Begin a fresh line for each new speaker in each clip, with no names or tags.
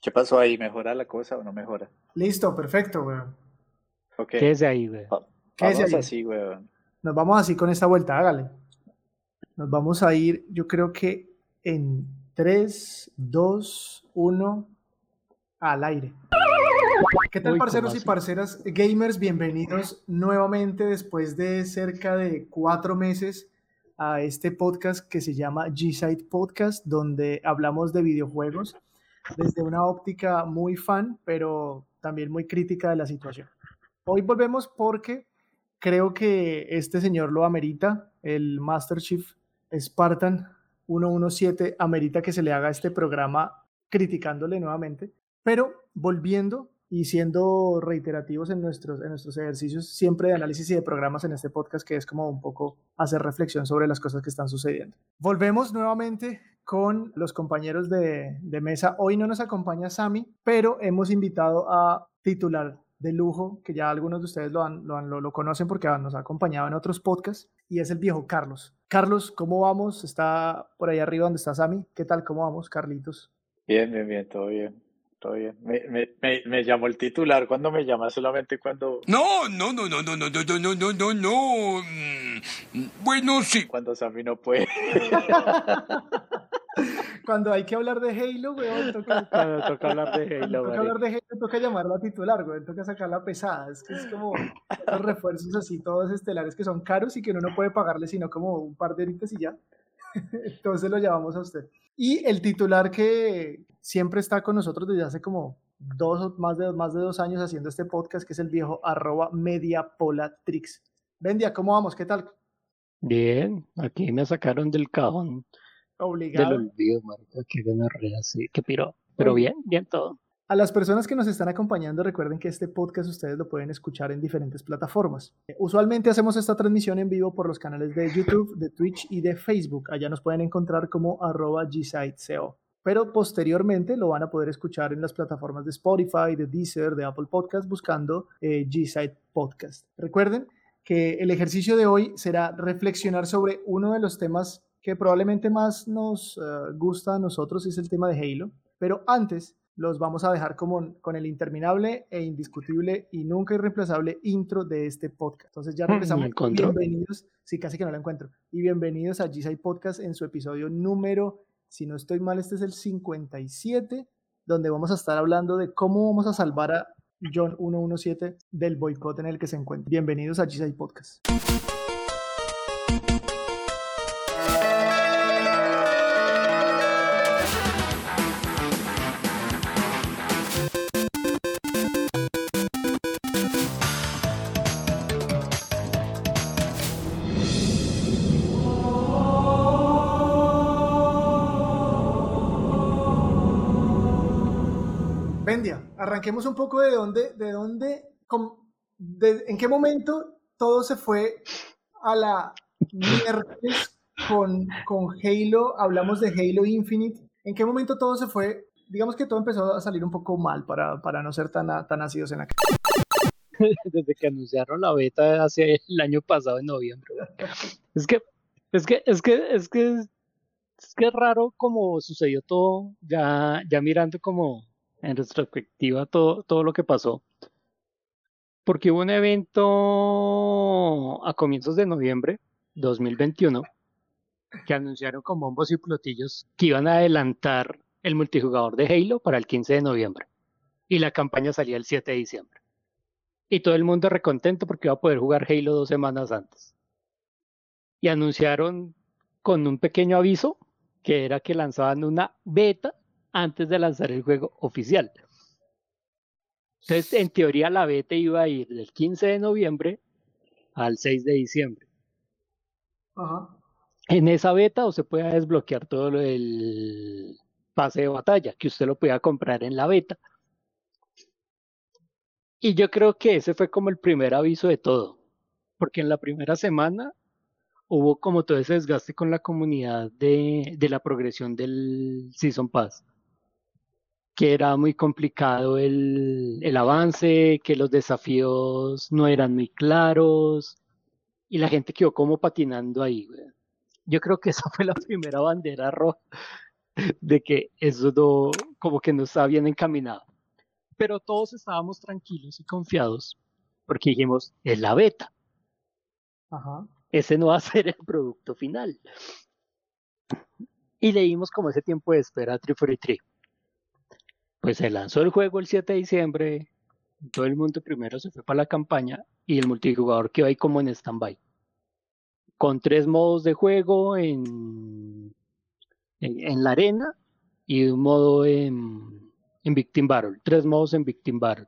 ¿Qué pasó ahí? ¿Mejora la cosa o no mejora?
Listo, perfecto, weón.
Ok,
Quédese ahí, güey.
Quédese
vamos
ahí.
así, weón.
Nos vamos así con esta vuelta, hágale. Nos vamos a ir, yo creo que en 3, 2, 1, al aire. ¿Qué tal,
Uy, ¿cómo
parceros y
así?
parceras gamers? Bienvenidos nuevamente después de cerca de 4 meses a este podcast que se llama G-Side Podcast, donde hablamos de videojuegos desde una óptica muy fan, pero también muy crítica de la situación. Hoy volvemos porque creo que este señor lo amerita, el Master Chief Spartan 117 amerita que se le haga este programa criticándole nuevamente, pero volviendo y siendo reiterativos en nuestros ejercicios siempre de análisis y de programas en este podcast, que es como un poco hacer reflexión sobre las cosas que están sucediendo. Volvemos nuevamente con los compañeros de mesa. Hoy no nos acompaña Sami, pero hemos invitado a titular de lujo, que ya algunos de ustedes lo conocen porque nos ha acompañado en otros podcasts, y es el viejo Carlos. Carlos, ¿cómo vamos? Está por ahí arriba donde está Sami. ¿Qué tal? ¿Cómo vamos, Carlitos?
Bien, bien, bien, todo bien. Todo bien. Me llamó el titular cuando me llama solamente
No, no, no, no, no, no, no, no, no, no, no, no. Bueno, sí.
cuando Sammy no puede.
Cuando hay que hablar de Halo, weón,
Cuando toca hablar de
cuando
Halo,
toca hablar
marica.
de Halo, toca llamarla titular, weón, toca sacar la pesada. Es que es como esos refuerzos así, todos estelares que son caros y que uno no puede pagarle sino como un par de horitas y ya. Entonces lo llamamos a usted. Y el titular que siempre está con nosotros desde hace como más de 2 años haciendo este podcast, que es el viejo @mediapolatrix. Bendia, ¿cómo vamos? ¿Qué tal?
Bien, aquí me sacaron del cajón del
Obligado.
olvido, marica. Qué gonorrea, sí, qué piro. Pero
Oye,
bien, bien todo.
a las personas que nos están acompañando, recuerden que este podcast ustedes lo pueden escuchar en diferentes plataformas. Usualmente hacemos esta transmisión en vivo por los canales de YouTube, de Twitch y de Facebook. Allá nos pueden encontrar como @gsiteseo. Pero posteriormente lo van a poder escuchar en las plataformas de Spotify, de Deezer, de Apple Podcast, buscando G-Side Podcast. Recuerden que el ejercicio de hoy será reflexionar sobre uno de los temas que probablemente más nos gusta a nosotros, es el tema de Halo. Pero antes los vamos a dejar con el interminable e indiscutible y nunca irreemplazable intro de este podcast. Entonces ya
¿Me
regresamos y
encontró?
bienvenidos, sí, casi que no lo encuentro, y bienvenidos a G-Side Podcast en su episodio número, si no estoy mal, este es el 57, donde vamos a estar hablando de cómo vamos a salvar a John 117 del boicot en el que se encuentra. Bienvenidos a G-Side Podcast. Bendia, arranquemos un poco en qué momento todo se fue a la miércoles con Halo, hablamos de Halo Infinite, ¿en qué momento todo se fue? Digamos que todo empezó a salir un poco mal para no ser tan ácidos en la cara.
Desde que anunciaron la beta hace el año pasado en noviembre, güey. Es que, es que es raro como sucedió todo, ya mirando como en retrospectiva todo lo que pasó. Porque hubo un evento a comienzos de noviembre 2021 que anunciaron con bombos y platillos que iban a adelantar el multijugador de Halo para el 15 de noviembre. Y la campaña salía el 7 de diciembre. Y todo el mundo recontento porque iba a poder jugar Halo 2 semanas antes. Y anunciaron con un pequeño aviso que era que lanzaban una beta antes de lanzar el juego oficial. Entonces, en teoría, la beta iba a ir del 15 de noviembre al 6 de diciembre.
Ajá.
En esa beta se puede desbloquear todo el pase de batalla, que usted lo podía comprar en la beta. Y yo creo que ese fue como el primer aviso de todo, porque en la primera semana hubo como todo ese desgaste con la comunidad de la progresión del Season Pass, que era muy complicado el avance, que los desafíos no eran muy claros, y la gente quedó como patinando ahí, güey. Yo creo que esa fue la primera bandera roja de que eso no, como que no estaba bien encaminado. Pero todos estábamos tranquilos y confiados porque dijimos, es la beta,
Ajá.
ese no va a ser el producto final. Y le dimos como ese tiempo de espera a 343. Pues se lanzó el juego el 7 de diciembre, todo el mundo primero se fue para la campaña y el multijugador quedó ahí como en stand-by. Con 3 modos de juego en la arena y un modo en Victim Battle. 3 modos en Victim Battle.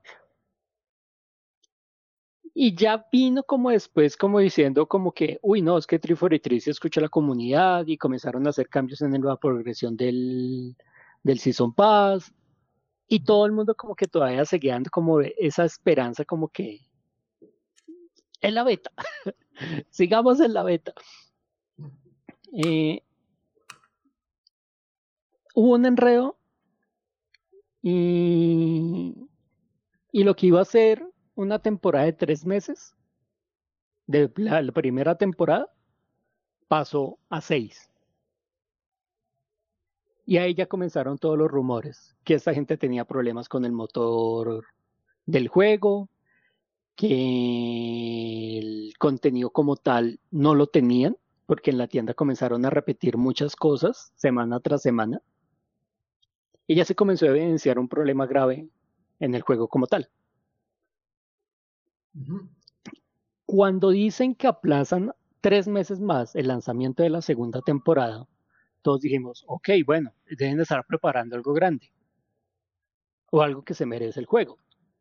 Y ya vino como después, como diciendo como que, uy, no, es que 343 se escucha a la comunidad y comenzaron a hacer cambios en la progresión del Season Pass. Y todo el mundo como que todavía seguía dando como esa esperanza como que en la beta, sigamos en la beta. Hubo un enredo y lo que iba a ser una temporada de 3 meses, de la primera temporada, pasó a 6. Y ahí ya comenzaron todos los rumores, que esta gente tenía problemas con el motor del juego, que el contenido como tal no lo tenían, porque en la tienda comenzaron a repetir muchas cosas semana tras semana, y ya se comenzó a evidenciar un problema grave en el juego como tal.
Ujú.
Cuando dicen que aplazan 3 meses más el lanzamiento de la segunda temporada, todos dijimos, ok, bueno, deben estar preparando algo grande o algo que se merece el juego.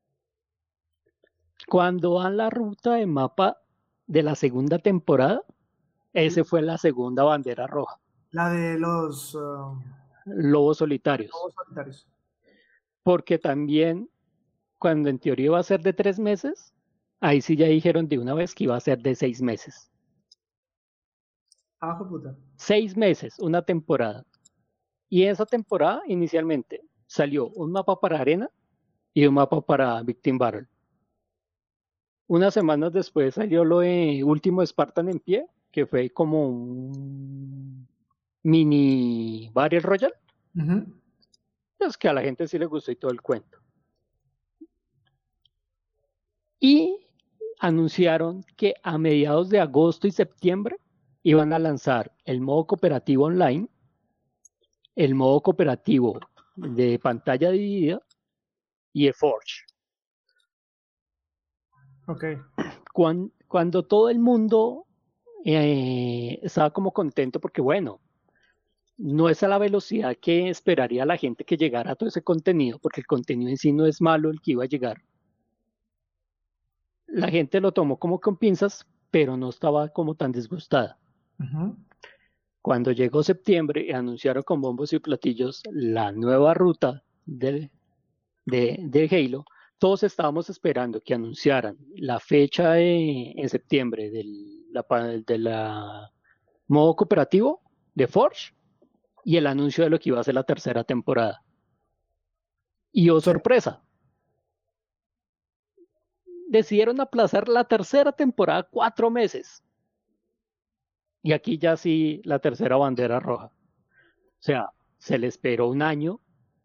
Cuando van la ruta de mapa de la segunda temporada, ese fue la segunda bandera roja.
La de los
Lobos solitarios.
lobos solitarios.
Porque también, cuando en teoría iba a ser de 3 meses, ahí sí ya dijeron de una vez que iba a ser de 6 meses.
Ah, puta.
6 meses, una temporada. Y esa temporada inicialmente salió un mapa para arena y un mapa para Victim Battle. Unas semanas después salió lo de Último Spartan en pie, que fue como un mini Battle Royale.
Ujú.
Es que a la gente sí le gustó y todo el cuento. Y anunciaron que a mediados de agosto y septiembre iban a lanzar el modo cooperativo online, el modo cooperativo de pantalla dividida y Forge.
Ok.
Cuando todo el mundo estaba como contento porque bueno, no es a la velocidad que esperaría la gente que llegara a todo ese contenido, porque el contenido en sí no es malo el que iba a llegar. La gente lo tomó como con pinzas, pero no estaba como tan disgustada.
Ujú.
Cuando llegó septiembre, anunciaron con bombos y platillos la nueva ruta de Halo. Todos estábamos esperando que anunciaran la fecha en septiembre de la modo cooperativo de Forge y el anuncio de lo que iba a ser la tercera temporada. Y oh, sorpresa, decidieron aplazar la tercera temporada 4 meses. Y aquí ya sí la tercera bandera roja. O sea, se le esperó un año.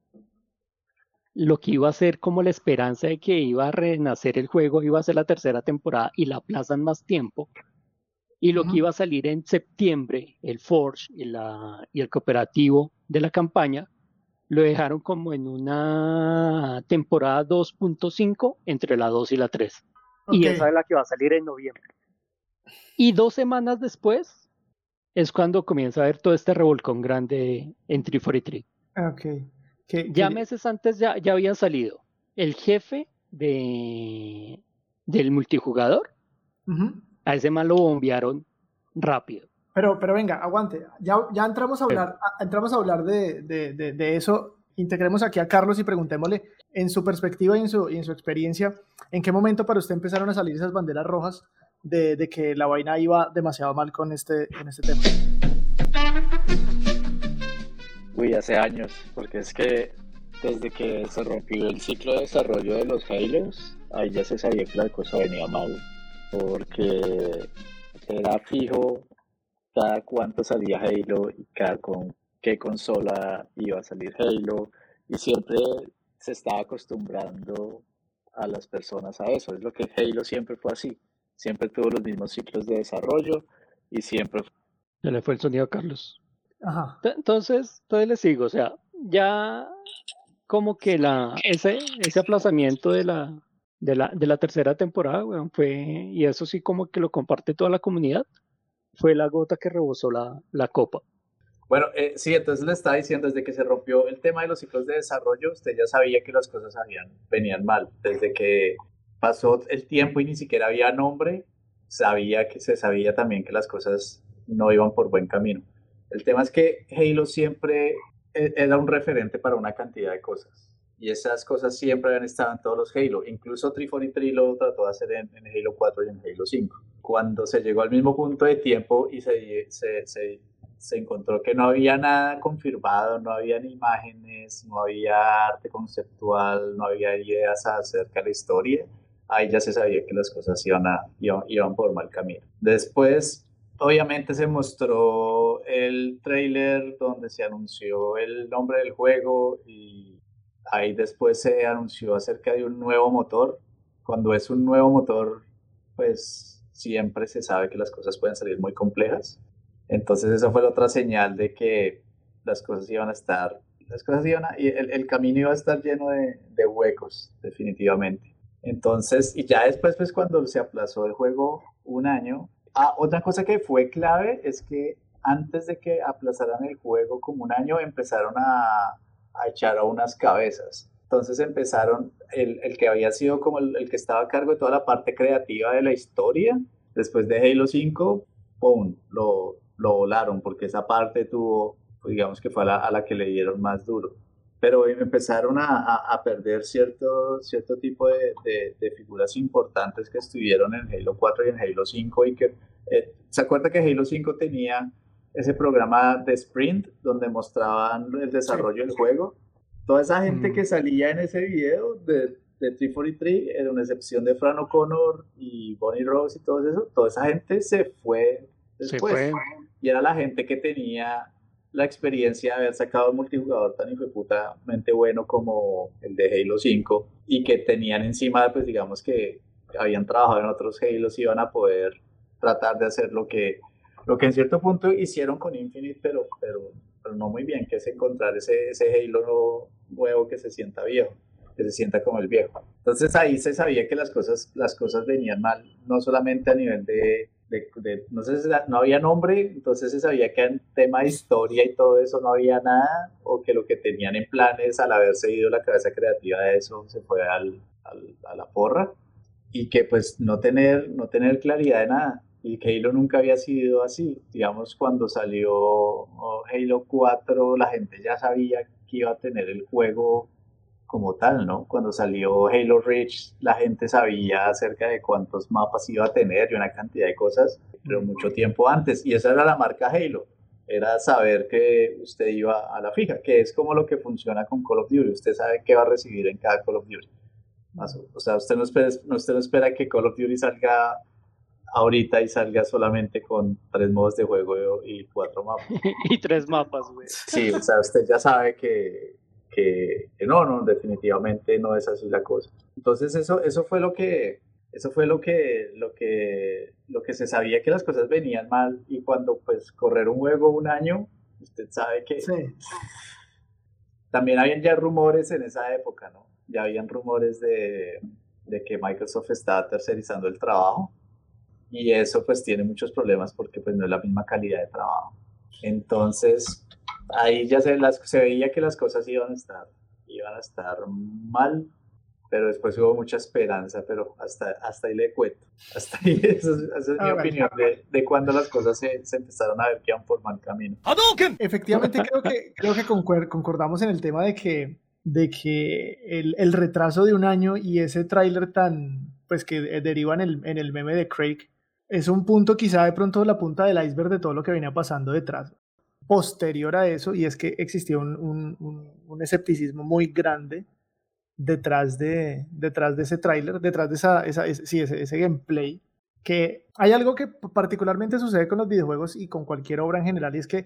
Lo que iba a ser como la esperanza de que iba a renacer el juego, iba a ser la tercera temporada y la aplazan más tiempo. Y lo que iba a salir en septiembre, el Forge y el cooperativo de la campaña, lo dejaron como en una temporada 2.5 entre la 2 y la 3. Y esa es la que va a salir en noviembre. Y 2 semanas después es cuando comienza a haber todo este revolcón grande en 343.
Ok.
Ya meses antes ya habían salido el jefe del multijugador.
Ujú.
A ese man lo bombearon rápido.
Pero venga, aguante. Ya entramos a hablar de eso. Integremos aquí a Carlos y preguntémosle, en su perspectiva y en su experiencia, ¿en qué momento para usted empezaron a salir esas banderas rojas de que la vaina iba demasiado mal con este tema?
Uy, hace años, porque es que desde que se rompió el ciclo de desarrollo de los Halos, ahí ya se sabía que la cosa venía mal, porque era fijo cada cuánto salía Halo y qué consola iba a salir Halo, y siempre se estaba acostumbrando a las personas a eso. Es lo que Halo siempre fue así, siempre tuvo los mismos ciclos de desarrollo y siempre.
Se le fue el sonido a Carlos.
Ajá.
Entonces les sigo, o sea, ya como que ese aplazamiento de la tercera temporada, weón, y eso sí como que lo comparte toda la comunidad, fue la gota que rebosó la copa.
Bueno, sí, entonces le estaba diciendo, desde que se rompió el tema de los ciclos de desarrollo, usted ya sabía que las cosas venían mal. Desde que pasó el tiempo y ni siquiera había nombre, se sabía también que las cosas no iban por buen camino. El tema es que Halo siempre era un referente para una cantidad de cosas. Y esas cosas siempre habían estado en todos los Halo. Incluso 343 lo trató de hacer en Halo 4 y en Halo 5. Cuando se llegó al mismo punto de tiempo y se encontró que no había nada confirmado, no habían imágenes, no había arte conceptual, no había ideas acerca de la historia, ahí ya se sabía que las cosas iban por mal camino. Después, obviamente se mostró el tráiler donde se anunció el nombre del juego y ahí después se anunció acerca de un nuevo motor. Cuando es un nuevo motor, pues siempre se sabe que las cosas pueden salir muy complejas. Entonces esa fue la otra señal de que las cosas iban a estar, el camino iba a estar lleno de huecos, definitivamente. Entonces, y ya después, pues cuando se aplazó el juego un año, otra cosa que fue clave es que antes de que aplazaran el juego como un año, empezaron a echar a unas cabezas. Entonces empezaron, el que había sido como el que estaba a cargo de toda la parte creativa de la historia, después de Halo 5, ¡pum!, lo volaron, porque esa parte tuvo, pues digamos que fue a la que le dieron más duro. Pero empezaron a perder cierto tipo de figuras importantes que estuvieron en Halo 4 y en Halo 5 y que, ¿se acuerda que Halo 5 tenía ese programa de Sprint donde mostraban el desarrollo del juego? Toda esa gente que salía en ese video de 343, era una excepción de Fran O'Connor y Bonnie Rose y todo eso, toda esa gente se fue después. Y era la gente que tenía la experiencia de haber sacado un multijugador tan infeputamente bueno como el de Halo 5 y que tenían encima, pues digamos que habían trabajado en otros Halos y iban a poder tratar de hacer lo que en cierto punto hicieron con Infinite, pero no muy bien, que es encontrar ese Halo nuevo que se sienta viejo, que se sienta como el viejo. Entonces ahí se sabía que las cosas venían mal, no solamente a nivel no sé si no había nombre, entonces se sabía que en tema de historia y todo eso no había nada, o que lo que tenían en planes al haberse ido la cabeza creativa de eso se fue a la porra, y que pues no tener claridad de nada, y que Halo nunca había sido así. Digamos, cuando salió Halo 4 la gente ya sabía que iba a tener el juego como tal, ¿no? Cuando salió Halo Reach, la gente sabía acerca de cuántos mapas iba a tener y una cantidad de cosas, pero mucho tiempo antes. Y esa era la marca Halo, era saber que usted iba a la fija, que es como lo que funciona con Call of Duty. Usted sabe qué va a recibir en cada Call of Duty. O sea, usted no espera que Call of Duty salga ahorita y salga solamente con 3 modos de juego y 4 mapas.
Y 3 mapas, güey.
Sí, o sea, usted ya sabe que no, definitivamente no es así la cosa. Entonces eso fue lo que se sabía, que las cosas venían mal, y cuando pues correr un juego un año, usted sabe que
Sí.
También habían ya rumores en esa época, ¿no? Ya habían rumores de que Microsoft estaba tercerizando el trabajo, y eso pues tiene muchos problemas porque pues no es la misma calidad de trabajo. Entonces ahí ya se veía que las cosas iban a estar mal, pero después hubo mucha esperanza, pero hasta ahí le cuento. Hasta ahí, esa es mi opinión de cuando las cosas se empezaron a ver que iban por mal camino.
Efectivamente, creo que concordamos en el tema de que el retraso de un año y ese tráiler pues que deriva en el meme de Craig es un punto, quizá de pronto la punta del iceberg de todo lo que venía pasando detrás. Posterior a eso, y es que existía un escepticismo muy grande detrás de ese tráiler, detrás de ese gameplay, que hay algo que particularmente sucede con los videojuegos y con cualquier obra en general, y es que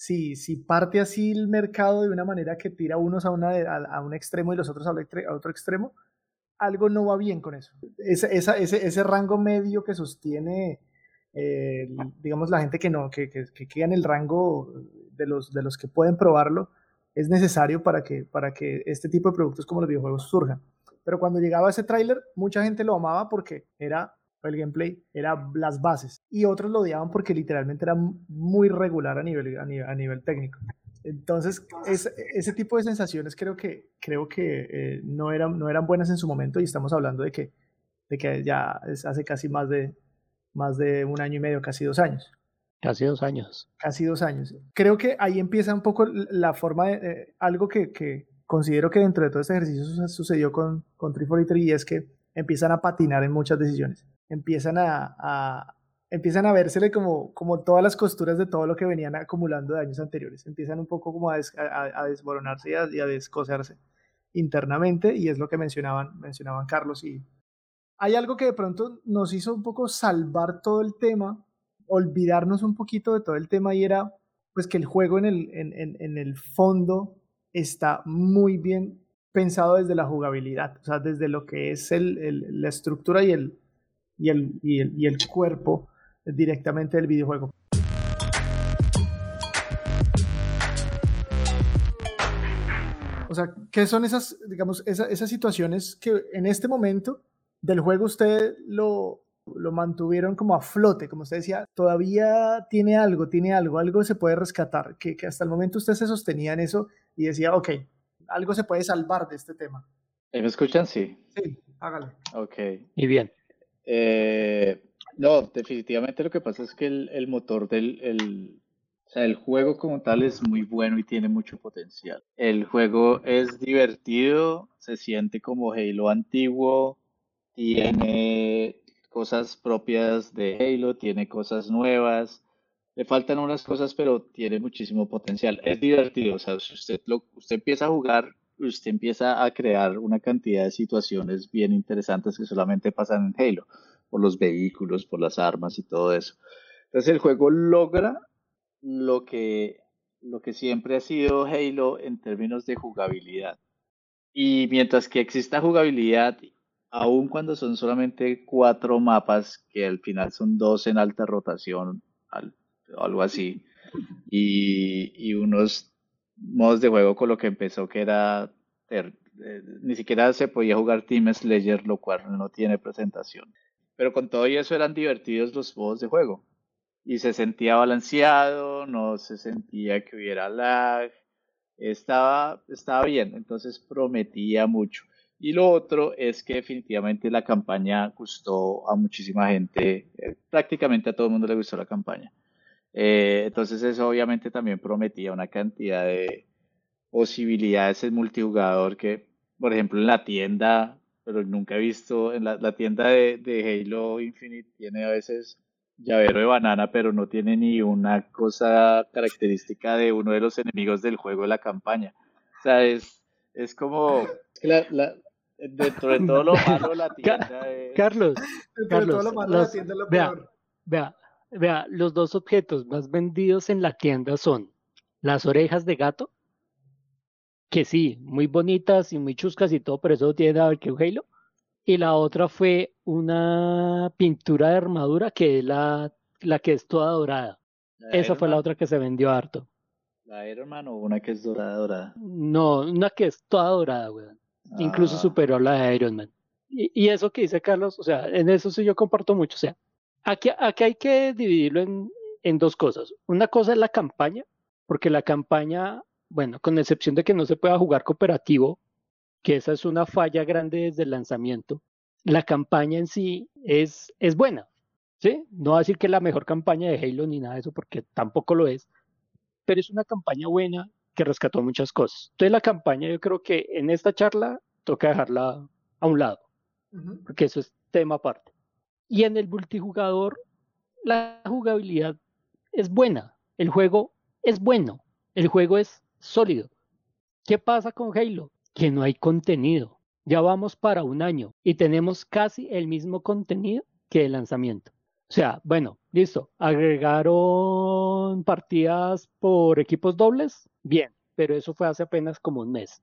si parte así el mercado de una manera que tira unos a un extremo y los otros a otro extremo, algo no va bien con eso. Ese rango medio que sostiene, digamos, la gente que queda en el rango de los que pueden probarlo, es necesario para que este tipo de productos como los videojuegos surjan. Pero cuando llegaba ese tráiler, mucha gente lo amaba porque el gameplay, era las bases. Y otros lo odiaban porque literalmente era muy regular a nivel técnico. Entonces, ese tipo de sensaciones creo que no eran buenas en su momento, y estamos hablando de que ya hace casi más de 1 año y medio, casi 2 años.
Casi 2 años.
Casi 2 años. Creo que ahí empieza un poco la forma de algo que considero que dentro de todo este ejercicio sucedió con 343, y es que empiezan a patinar en muchas decisiones. Empiezan a vérsele como todas las costuras de todo lo que venían acumulando de años anteriores. Empiezan un poco como a desmoronarse y a descoserse internamente, y es lo que mencionaban Carlos. Y hay algo que de pronto nos hizo un poco salvar todo el tema, olvidarnos un poquito de todo el tema, y era pues que el juego en el fondo está muy bien pensado desde la jugabilidad, o sea, desde lo que es la estructura y el cuerpo directamente del videojuego. O sea, ¿qué son esas situaciones que en este momento del juego usted lo mantuvieron como a flote? Como usted decía, todavía tiene algo se puede rescatar, que hasta el momento usted se sostenía en eso y decía, ok, algo se puede salvar de este tema.
¿Me escuchan? Sí.
Sí, hágale.
Ok.
Y bien.
No, definitivamente lo que pasa es que el motor o sea, el juego como tal es muy bueno y tiene mucho potencial. El juego es divertido, se siente como Halo antiguo, tiene cosas propias de Halo, tiene cosas nuevas, le faltan unas cosas, pero tiene muchísimo potencial. Es divertido, o sea, si usted empieza a jugar, usted empieza a crear una cantidad de situaciones bien interesantes que solamente pasan en Halo, por los vehículos, por las armas y todo eso. Entonces el juego logra lo que siempre ha sido Halo en términos de jugabilidad. Y mientras que exista jugabilidad, aun cuando son solamente 4 mapas, que al final son 2 en alta rotación, algo así, y unos modos de juego con lo que empezó, que era ni siquiera se podía jugar Team Slayer, lo cual no tiene presentación. Pero con todo y eso eran divertidos los modos de juego. Y se sentía balanceado, no se sentía que hubiera lag, estaba bien, entonces prometía mucho. Y lo otro es que definitivamente la campaña gustó a muchísima gente, prácticamente a todo el mundo le gustó la campaña. Entonces eso obviamente también prometía una cantidad de posibilidades en multijugador que, por ejemplo, en la tienda, pero nunca he visto, en la tienda de Halo Infinite tiene a veces llavero de banana, pero no tiene ni una cosa característica de uno de los enemigos del juego de la campaña. O sea, es como, es que dentro de todo lo malo, la tienda de...
Carlos,
Dentro de todo lo malo, la tienda es lo peor.
Vea, los 2 objetos más vendidos en la tienda son las orejas de gato, que sí, muy bonitas y muy chuscas y todo, pero eso no tiene nada que ver con Halo. Y la otra fue una pintura de armadura que es la que es toda dorada. Esa fue la otra que se vendió harto.
¿La Iron Man o una que es dorada?
No, una que es toda dorada, weón. Incluso superó a la de Iron Man. Y eso que dice Carlos, o sea, en eso sí yo comparto mucho. O sea, aquí hay que dividirlo en 2 cosas. Una cosa es la campaña, porque la campaña, bueno, con excepción de que no se pueda jugar cooperativo, que esa es una falla grande desde el lanzamiento, la campaña en sí es buena, ¿sí? No voy a decir que es la mejor campaña de Halo ni nada de eso, porque tampoco lo es, pero es una campaña buena que rescató muchas cosas. Entonces la campaña yo creo que en esta charla toca dejarla a un lado, porque eso es tema aparte. Y en el multijugador, la jugabilidad es buena, el juego es bueno, el juego es sólido. ¿Qué pasa con Halo? Que no hay contenido. Ya vamos para 1 año y tenemos casi el mismo contenido que el lanzamiento. O sea, bueno, listo. Agregaron partidas por equipos dobles. Bien, pero eso fue hace apenas como un mes.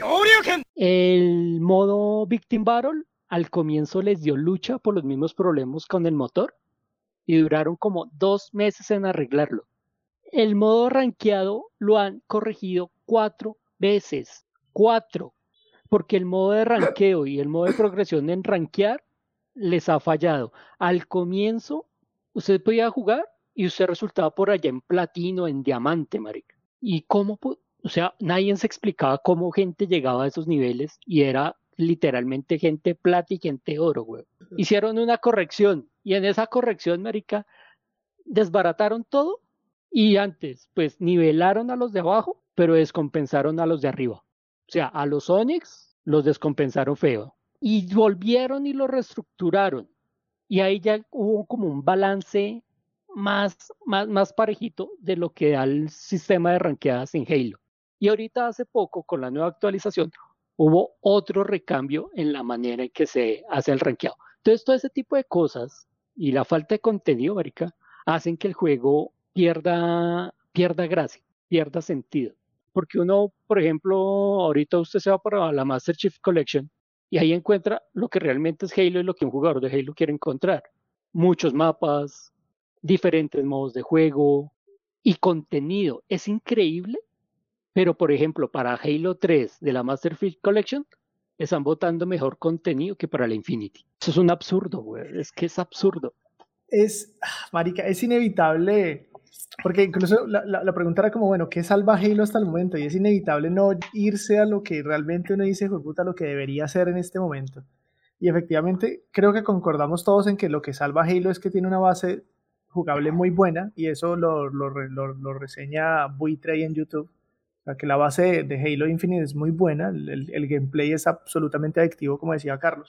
El modo Victim Battle al comienzo les dio lucha por los mismos problemas con el motor y duraron como 2 meses en arreglarlo. El modo rankeado lo han corregido 4 veces. 4. Porque el modo de ranqueo y el modo de progresión en rankear les ha fallado. Al comienzo, usted podía jugar y usted resultaba por allá en platino, en diamante, marica. ¿Y cómo? O sea, nadie se explicaba cómo gente llegaba a esos niveles y era literalmente gente plata y gente oro, güey. Hicieron una corrección y en esa corrección, marica, desbarataron todo y antes, pues, nivelaron a los de abajo, pero descompensaron a los de arriba. O sea, a los Onyx los descompensaron feo. Y volvieron y lo reestructuraron. Y ahí ya hubo como un balance más parejito de lo que da el sistema de ranqueadas en Halo. Y ahorita hace poco, con la nueva actualización, hubo otro recambio en la manera en que se hace el ranqueado. Entonces, todo ese tipo de cosas y la falta de contenido, marica, hacen que el juego pierda gracia, pierda sentido. Porque uno, por ejemplo, ahorita usted se va para la Master Chief Collection y ahí encuentra lo que realmente es Halo y lo que un jugador de Halo quiere encontrar. Muchos mapas, diferentes modos de juego y contenido. Es increíble, pero por ejemplo, para Halo 3 de la Master Chief Collection, están botando mejor contenido que para la Infinity. Eso es un absurdo, güey. Es que es absurdo.
Marica, es inevitable, porque incluso la pregunta era como, bueno, ¿qué salva Halo hasta el momento? Y es inevitable no irse a lo que realmente uno dice, puta, lo que debería ser en este momento. Y efectivamente, creo que concordamos todos en que lo que salva Halo es que tiene una base jugable muy buena, y eso lo reseña Buitre ahí en YouTube. O sea, que la base de Halo Infinite es muy buena, el gameplay es absolutamente adictivo, como decía Carlos.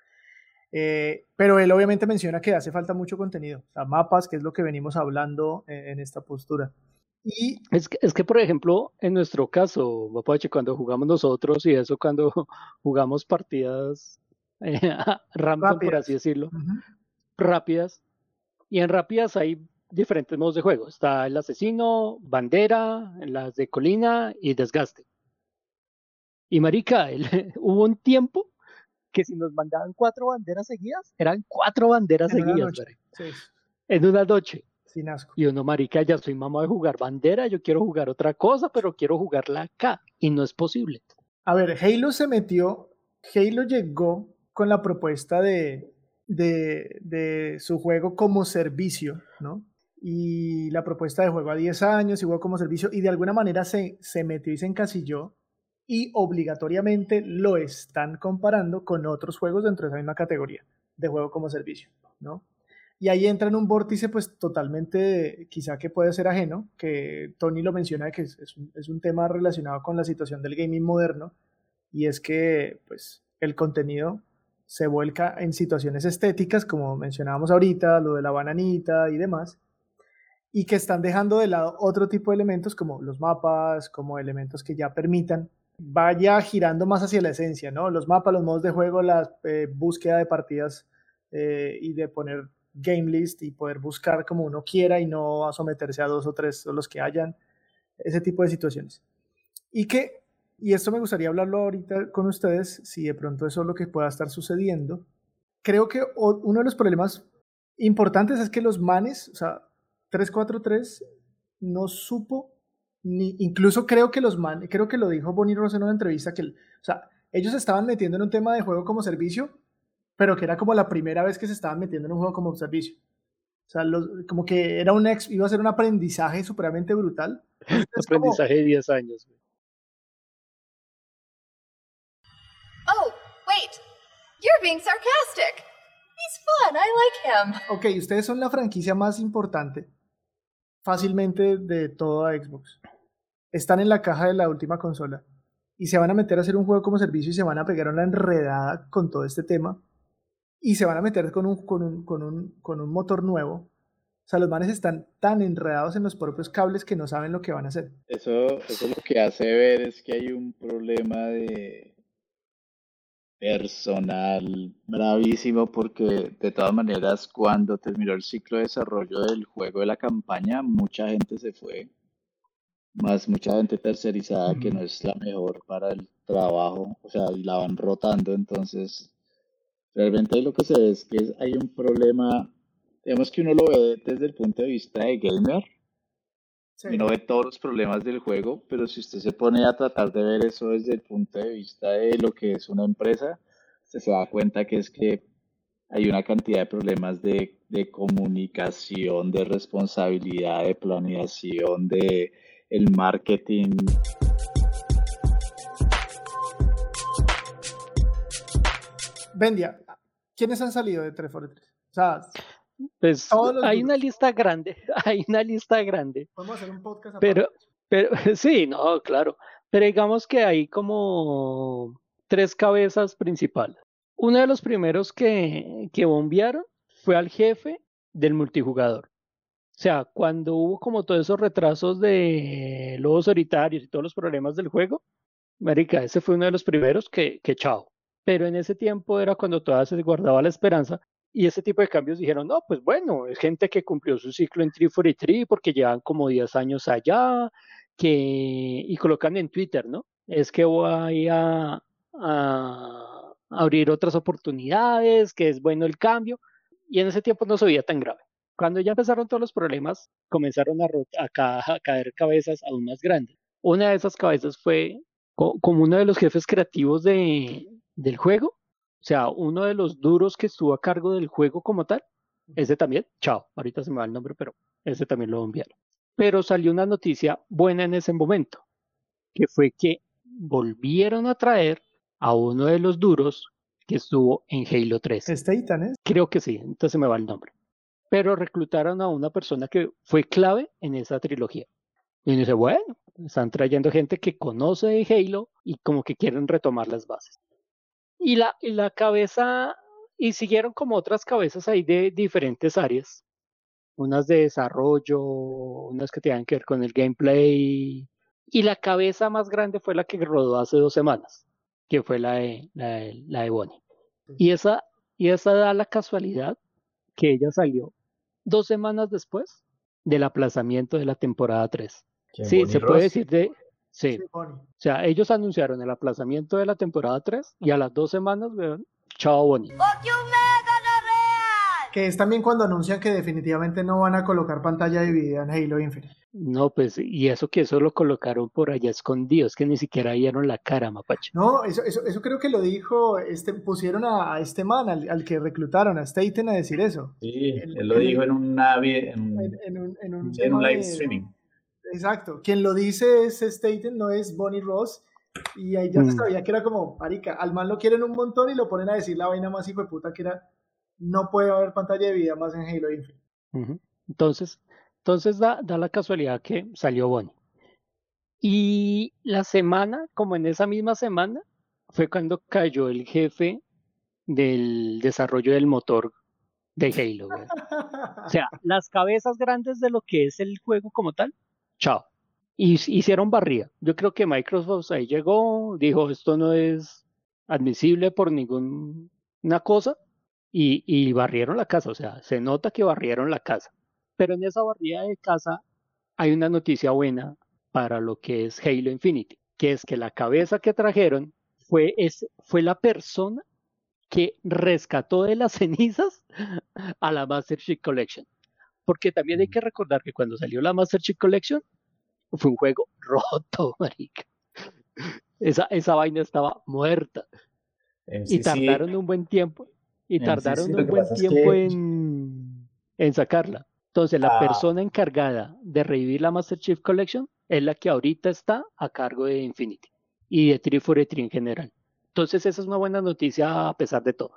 Pero él obviamente menciona que hace falta mucho contenido, o sea, mapas, que es lo que venimos hablando en esta postura. Y
Es que, por ejemplo, en nuestro caso, Mapache, cuando jugamos nosotros y eso cuando jugamos partidas random, por así
rápidas.
decirlo,
Uh-huh.
rápidas, y en rápidas hay diferentes modos de juego. Está el asesino, bandera, las de colina y desgaste. Y marica, hubo un tiempo que si nos mandaban 4 banderas seguidas, eran 4 banderas
En una
seguidas,
noche, sí,
en una noche.
sin asco.
Y uno, marica, ya soy mamá de jugar bandera, yo quiero jugar otra cosa, pero quiero jugarla acá. Y no es posible.
A ver, Halo llegó con la propuesta de su juego como servicio, ¿no? Y la propuesta de juego a 10 años y juego como servicio, y de alguna manera se metió y se encasilló, y obligatoriamente lo están comparando con otros juegos dentro de esa misma categoría de juego como servicio, ¿no? Y ahí entra en un vórtice pues totalmente, quizá que puede ser ajeno, que Tony lo menciona, que es un tema relacionado con la situación del gaming moderno, y es que pues el contenido se vuelca en situaciones estéticas, como mencionábamos ahorita, lo de la bananita y demás, y que están dejando de lado otro tipo de elementos como los mapas, como elementos que ya permitan vaya girando más hacia la esencia, ¿no? Los mapas, los modos de juego, la búsqueda de partidas y de poner game list y poder buscar como uno quiera y no a someterse a 2 o 3 o los que hayan, ese tipo de situaciones. Y esto me gustaría hablarlo ahorita con ustedes, si de pronto eso es lo que pueda estar sucediendo. Creo que uno de los problemas importantes es que los manes, o sea, 343 no supo, incluso creo que creo que lo dijo Bonnie Ross en una entrevista, que, o sea, ellos se estaban metiendo en un tema de juego como servicio, pero que era como la primera vez que se estaban metiendo en un juego como servicio. O sea, como que iba a ser un aprendizaje supremamente brutal.
Aprendizaje de 10 años.
Oh, wait, you're being sarcastic. He's fun, I like him.
Ok, ustedes son la franquicia más importante fácilmente de toda Xbox. Están en la caja de la última consola y se van a meter a hacer un juego como servicio y se van a pegar una enredada con todo este tema y se van a meter con un motor nuevo. O sea, los manes están tan enredados en los propios cables que no saben lo que van a hacer.
Eso lo que hace ver es que hay un problema de personal bravísimo porque de todas maneras cuando terminó el ciclo de desarrollo del juego de la campaña, mucha gente se fue, más mucha gente tercerizada que no es la mejor para el trabajo, o sea, y la van rotando, entonces realmente lo que se ve es que hay un problema, digamos que uno lo ve desde el punto de vista de gamer,
Sí.
y uno ve todos los problemas del juego, pero si usted se pone a tratar de ver eso desde el punto de vista de lo que es una empresa, usted se da cuenta que es que hay una cantidad de problemas de comunicación, de responsabilidad, de planeación, de el marketing.
Bendia, ¿quiénes han salido de 343? O sea,
Pues
todos los
hay
duros.
una lista grande, hay una lista grande,
Podemos hacer un podcast
pero,
aparte.
pero sí, no, claro, pero digamos que hay como tres cabezas principales. Uno de los primeros que bombearon fue al jefe del multijugador. O sea, cuando hubo como todos esos retrasos de lobos solitarios y todos los problemas del juego, marica, ese fue uno de los primeros que chao. Pero en ese tiempo era cuando todavía se guardaba la esperanza y ese tipo de cambios dijeron, no, pues bueno, es gente que cumplió su ciclo en 343 porque llevan como 10 años allá, y colocan en Twitter, ¿no? Es que voy a abrir otras oportunidades, que es bueno el cambio, y en ese tiempo no se veía tan grave. Cuando ya empezaron todos los problemas, comenzaron a caer cabezas aún más grandes. Una de esas cabezas fue como uno de los jefes creativos del juego, o sea, uno de los duros que estuvo a cargo del juego como tal, ese también, chao, ahorita se me va el nombre, pero ese también lo enviaron. Pero salió una noticia buena en ese momento, que fue que volvieron a traer a uno de los duros que estuvo en Halo 3.
Es Titan, ¿eh?
Creo que sí, entonces se me va el nombre. Pero reclutaron a una persona que fue clave en esa trilogía. Y uno dice, bueno, están trayendo gente que conoce de Halo y como que quieren retomar las bases. Y la cabeza, y siguieron como otras cabezas ahí de diferentes áreas. Unas de desarrollo, unas que tenían que ver con el gameplay. Y la cabeza más grande fue la que rodó hace 2 semanas, que fue la de Bonnie. Y esa da la casualidad que ella salió 2 semanas después del aplazamiento de la temporada 3.
¿Quién,
Sí,
Bonnie
se puede
Ross?
decir de... Sí,
Sí, Bonnie.
o sea, ellos anunciaron el aplazamiento de la temporada 3 y a las 2 semanas, vean, chao Bonnie.
Que es también cuando anuncian que definitivamente no van a colocar pantalla dividida en Halo Infinite.
No, pues, y eso lo colocaron por allá escondidos, que ni siquiera vieron la cara, mapache.
No, eso creo que lo dijo, pusieron a este man, al que reclutaron, a Staten, a decir eso.
Sí,
En-
él lo
en
dijo
el-
en una en
en un
sí, en un
tema
live
de...
streaming.
Exacto, quien lo dice es Staten, no es Bonnie Ross, y ahí ya se sabía que era como, marica, al man lo quieren un montón y lo ponen a decir la vaina más hijo de puta que era, no puede haber pantalla de vida más en Halo Infinite.
Ujú. Entonces da la casualidad que salió Bonnie. Y la semana, como en esa misma semana, fue cuando cayó el jefe del desarrollo del motor de Halo, güey. O sea, las cabezas grandes de lo que es el juego como tal, chao. Y hicieron barrida. Yo creo que Microsoft ahí llegó, dijo, esto no es admisible por ninguna cosa, y barrieron la casa. O sea, se nota que barrieron la casa. Pero en esa barrida de casa hay una noticia buena para lo que es Halo Infinity, que es que la cabeza que trajeron fue la persona que rescató de las cenizas a la Master Chief Collection. Porque también hay que recordar que cuando salió la Master Chief Collection fue un juego roto, marica. Esa vaina estaba muerta. Y
Sí, sí,
tardaron un buen tiempo. Y
sí, sí,
tardaron
lo
un
que
buen
pasa es
tiempo
que
en sacarla. Entonces, la
ah,
persona encargada de revivir la Master Chief Collection es la que ahorita está a cargo de Infinity y de 343 en general. Entonces, esa es una buena noticia a pesar de todo.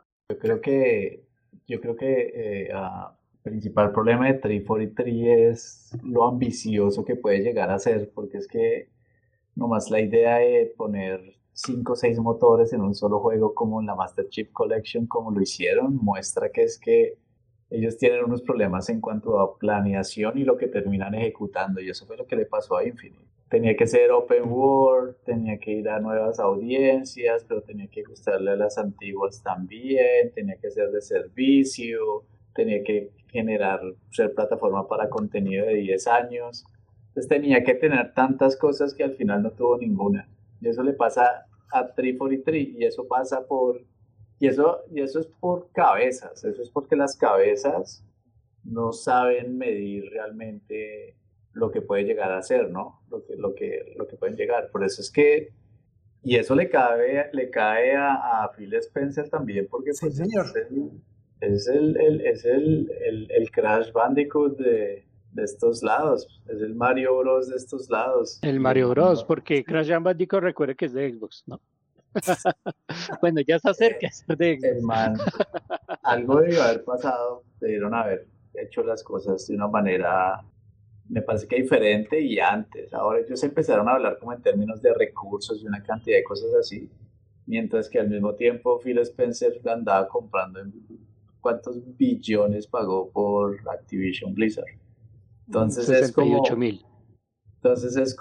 yo creo que el principal problema de 343 es lo ambicioso que puede llegar a ser, porque es que nomás la idea de poner 5 o 6 motores en un solo juego como en la Master Chief Collection, como lo hicieron, muestra que es que ellos tienen unos problemas en cuanto a planeación y lo que terminan ejecutando, y eso fue lo que le pasó a Infinite. tenía que ser open world, tenía que ir a nuevas audiencias, pero tenía que gustarle a las antiguas también, tenía que ser de servicio, tenía que ser plataforma para contenido de 10 años. Entonces tenía que tener tantas cosas que al final no tuvo ninguna. Y eso le pasa a 343 y eso pasa por... Y eso es por cabezas, eso es porque las cabezas no saben medir realmente lo que puede llegar a ser, ¿no? Lo que pueden llegar. Por eso es que, y eso le cae a Phil Spencer también, porque
Sí,
pues
señor.
es el Crash Bandicoot de estos lados, es el Mario Bros de estos lados.
El
Y
Mario Bros,
man,
porque Crash Bandicoot recuerde que es de Xbox, ¿no? Bueno, ya está cerca de ser de
el
Xbox.
man, algo debió haber pasado, debieron haber hecho las cosas de una manera, me parece que diferente y antes. Ahora ellos empezaron a hablar como en términos de recursos y una cantidad de cosas así, mientras que al mismo tiempo Phil Spencer andaba comprando cuántos billones pagó por Activision Blizzard. Entonces
68.000.
es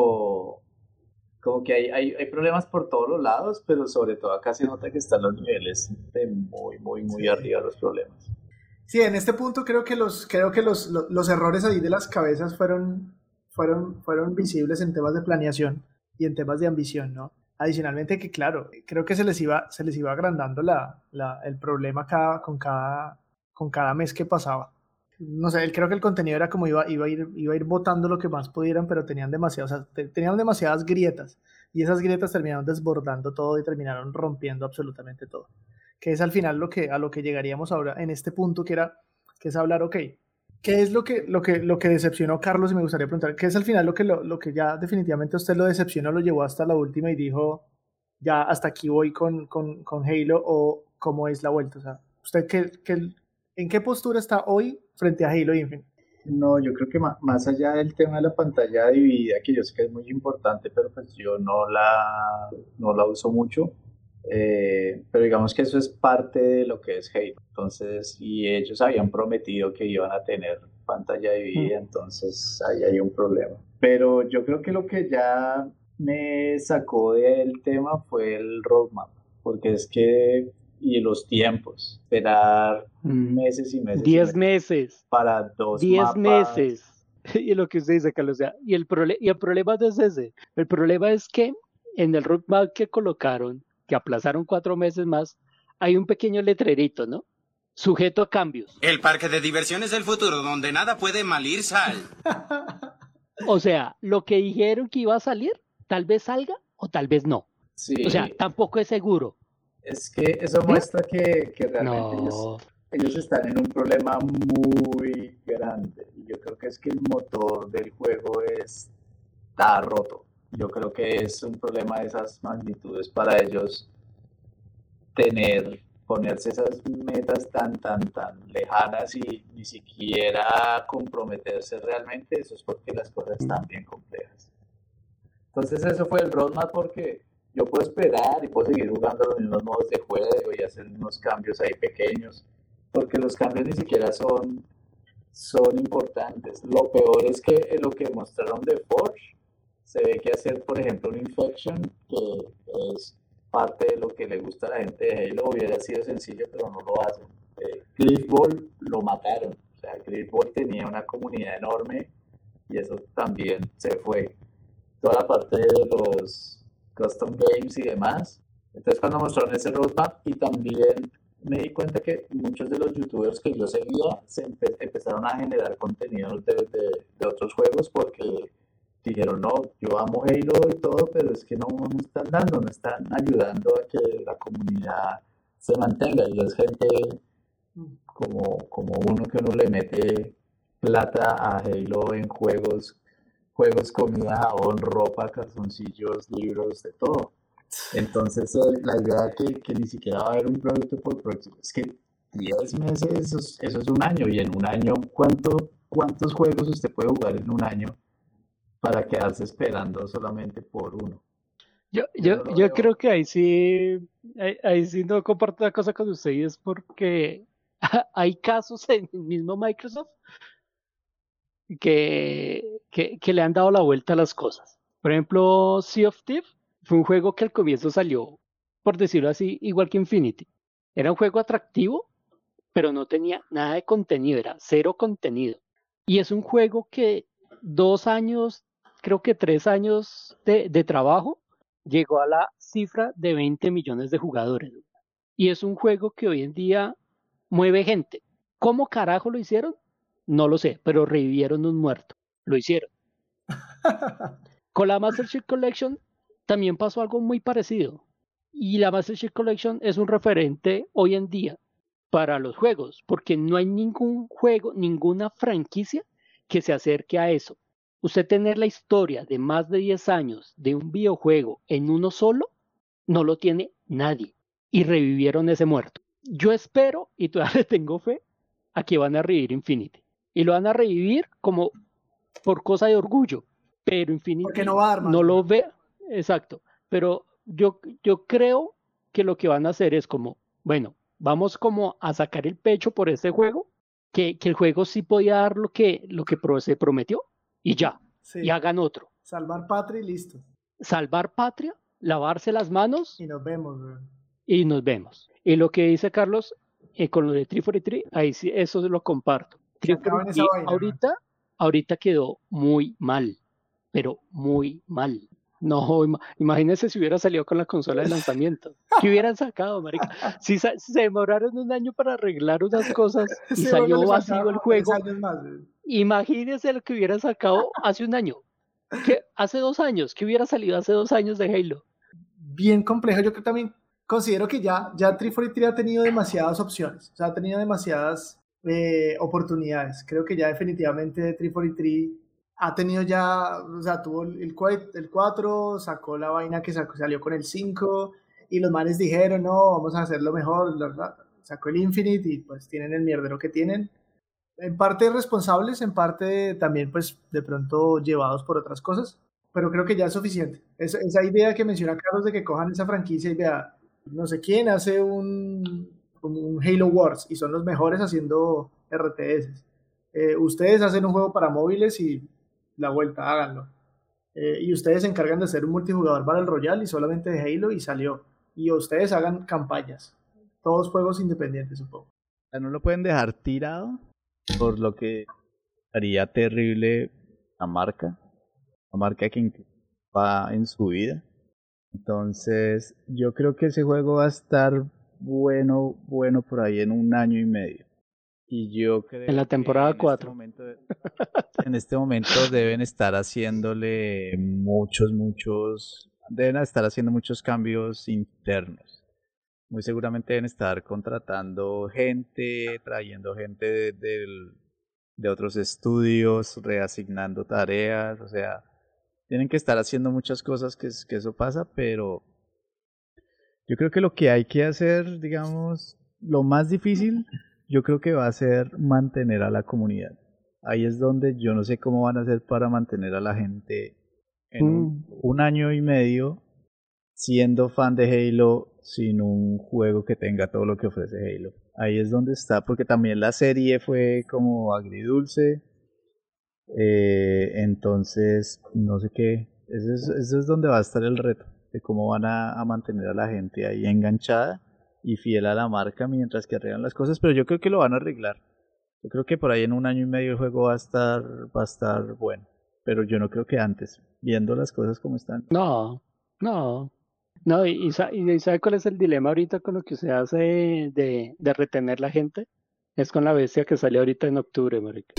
como que hay problemas por todos los lados, pero sobre todo acá se nota que están los niveles de muy arriba los problemas.
Sí, en este punto creo que los errores ahí de las cabezas fueron visibles en temas de planeación y en temas de ambición, ¿no? Adicionalmente que claro, creo que se les iba agrandando el problema con cada mes que pasaba. No sé, creo que el contenido era como iba a ir botando lo que más pudieran, pero tenían demasiadas grietas y esas grietas terminaron desbordando todo y terminaron rompiendo absolutamente todo. Que es al final a lo que llegaríamos ahora en este punto, que es hablar, ok, ¿qué es lo que decepcionó a Carlos? Y me gustaría preguntar, ¿qué es al final lo que ya definitivamente a usted lo decepcionó, lo llevó hasta la última y dijo, ya hasta aquí voy con Halo, o cómo es la vuelta? O sea, ¿usted en qué postura está hoy frente a Halo Infinite?
No, yo creo que más allá del tema de la pantalla dividida, que yo sé que es muy importante, pero pues yo no la uso mucho. Pero digamos que eso es parte de lo que es Halo. Entonces, y ellos habían prometido que iban a tener pantalla dividida, entonces ahí hay un problema. Pero yo creo que lo que ya me sacó del tema fue el roadmap, porque es que, y los tiempos, esperar meses y meses.
10 meses.
Para
10
mapas.
meses. Y lo que usted dice, Carlos, o sea, y el problema no es ese. El problema es que en el roadmap que colocaron, que aplazaron 4 meses más, hay un pequeño letrerito, ¿no? Sujeto a cambios.
El parque de diversiones del futuro, donde nada puede mal ir, sal.
O sea, lo que dijeron que iba a salir, tal vez salga o tal vez no.
Sí.
O sea, tampoco es seguro.
Es que eso muestra que realmente ellos están en un problema muy grande. Y yo creo que es que el motor del juego está roto. Yo creo que es un problema de esas magnitudes para ellos ponerse esas metas tan lejanas y ni siquiera comprometerse realmente. Eso es porque las cosas están bien complejas. Entonces eso fue el roadmap, porque yo puedo esperar y puedo seguir jugando los mismos modos de juego y hacer unos cambios ahí pequeños, porque los cambios ni siquiera son importantes. Lo peor es que lo que mostraron de Forge, se ve que hacer, por ejemplo, un Infection, que es parte de lo que le gusta a la gente de Halo, hubiera sido sencillo, pero no lo hacen. Cliffball lo mataron. O sea, Cliffball tenía una comunidad enorme y eso también se fue. Toda la parte de los custom games y demás. Entonces cuando mostraron ese roadmap, y también me di cuenta que muchos de los youtubers que yo seguía empezaron a generar contenido de otros juegos, porque dijeron, no, yo amo Halo y todo, pero es que no están no están ayudando a que la comunidad se mantenga, y es gente como uno, que uno le mete plata a Halo en juegos, comida, jabón, ropa, calzoncillos, libros, de todo. Entonces la idea que ni siquiera va a haber un producto por próximo, es que 10 meses, eso es un año, y en un año, ¿cuántos juegos usted puede jugar en un año para quedarse esperando solamente por uno?
Yo creo que ahí sí no comparto la cosa con ustedes, porque hay casos en el mismo Microsoft que le han dado la vuelta a las cosas. Por ejemplo, Sea of Thieves fue un juego que al comienzo salió, por decirlo así, igual que Infinity. Era un juego atractivo, pero no tenía nada de contenido, era cero contenido. Y es un juego que 2 años, creo que 3 años de trabajo, llegó a la cifra de 20 millones de jugadores. Y es un juego que hoy en día mueve gente. ¿Cómo carajo lo hicieron? No lo sé, pero revivieron un muerto. Lo hicieron. Con la Master Chief Collection también pasó algo muy parecido. Y la Master Chief Collection es un referente hoy en día para los juegos, porque no hay ningún juego, ninguna franquicia que se acerque a eso. Usted tener la historia de más de 10 años de un videojuego en uno solo, no lo tiene nadie. Y revivieron ese muerto. Yo espero, y todavía le tengo fe, a que van a revivir Infinity. Y lo van a revivir como por cosa de orgullo. Pero Infinity
Porque no va a dar más,
no lo
güey.
ve. Exacto. Pero yo creo que lo que van a hacer es como, bueno, vamos como a sacar el pecho por este juego, que el juego sí podía dar se prometió, y ya,
Sí.
y hagan otro.
Salvar patria y listo.
Salvar patria, lavarse las manos
Y nos vemos, güey.
y nos vemos. Y lo que dice Carlos con lo de 343, ahí sí, eso lo comparto.
Que acaben esa
343
vaina,
ahorita quedó muy mal, pero muy mal. No, imagínense si hubiera salido con la consola de lanzamiento. ¿Qué hubieran sacado, marica? Si se demoraron un año para arreglar unas cosas y
Ese juego
salió
le
vacío
faltaba
el
como 3
juego,
años más, güey.
imagínense lo que hubieran sacado hace un año. Hace 2 años, ¿qué hubiera salido hace 2 años de Halo?
Bien complejo. Yo creo también considero que ya 343 ha tenido demasiadas opciones, o sea, ha tenido demasiadas oportunidades. Creo que ya definitivamente 343 ha tenido ya, o sea, tuvo el 4, sacó la vaina que salió con el 5 y los manes dijeron, no, vamos a hacerlo mejor, sacó el Infinite y pues tienen el mierdero que tienen. En parte responsables, en parte también pues de pronto llevados por otras cosas, pero creo que ya es suficiente. Esa idea que menciona Carlos de que cojan esa franquicia y vea, no sé quién hace un Halo Wars y son los mejores haciendo RTS. Ustedes hacen un juego para móviles y la vuelta, háganlo. Y ustedes se encargan de hacer un multijugador Battle Royale y solamente de Halo y salió. Y ustedes hagan campañas. Todos juegos independientes, supongo.
No lo pueden dejar tirado, por lo que haría terrible la marca que va en su vida. Entonces, yo creo que ese juego va a estar bueno por ahí en un año y medio. Y yo creo
En la temporada
que
4.
en este momento deben estar haciéndole deben estar haciendo muchos cambios internos. Muy seguramente deben estar contratando gente, trayendo gente de otros estudios, reasignando tareas, o sea, tienen que estar haciendo muchas cosas que eso pasa, pero yo creo que lo que hay que hacer, digamos, lo más difícil, yo creo que va a ser mantener a la comunidad. Ahí es donde yo no sé cómo van a hacer para mantener a la gente en un año y medio siendo fan de Halo sin un juego que tenga todo lo que ofrece Halo. Ahí es donde está, porque también la serie fue como agridulce. Entonces, no sé qué. Eso es donde va a estar el reto, de cómo van a mantener a la gente ahí enganchada y fiel a la marca mientras que arreglan las cosas, pero yo creo que lo van a arreglar. Yo creo que por ahí en un año y medio el juego va a estar bueno, pero yo no creo que antes, viendo las cosas como están.
No. ¿Y sabe cuál es el dilema ahorita con lo que se hace de retener la gente? Es con la bestia que sale ahorita en octubre, marica.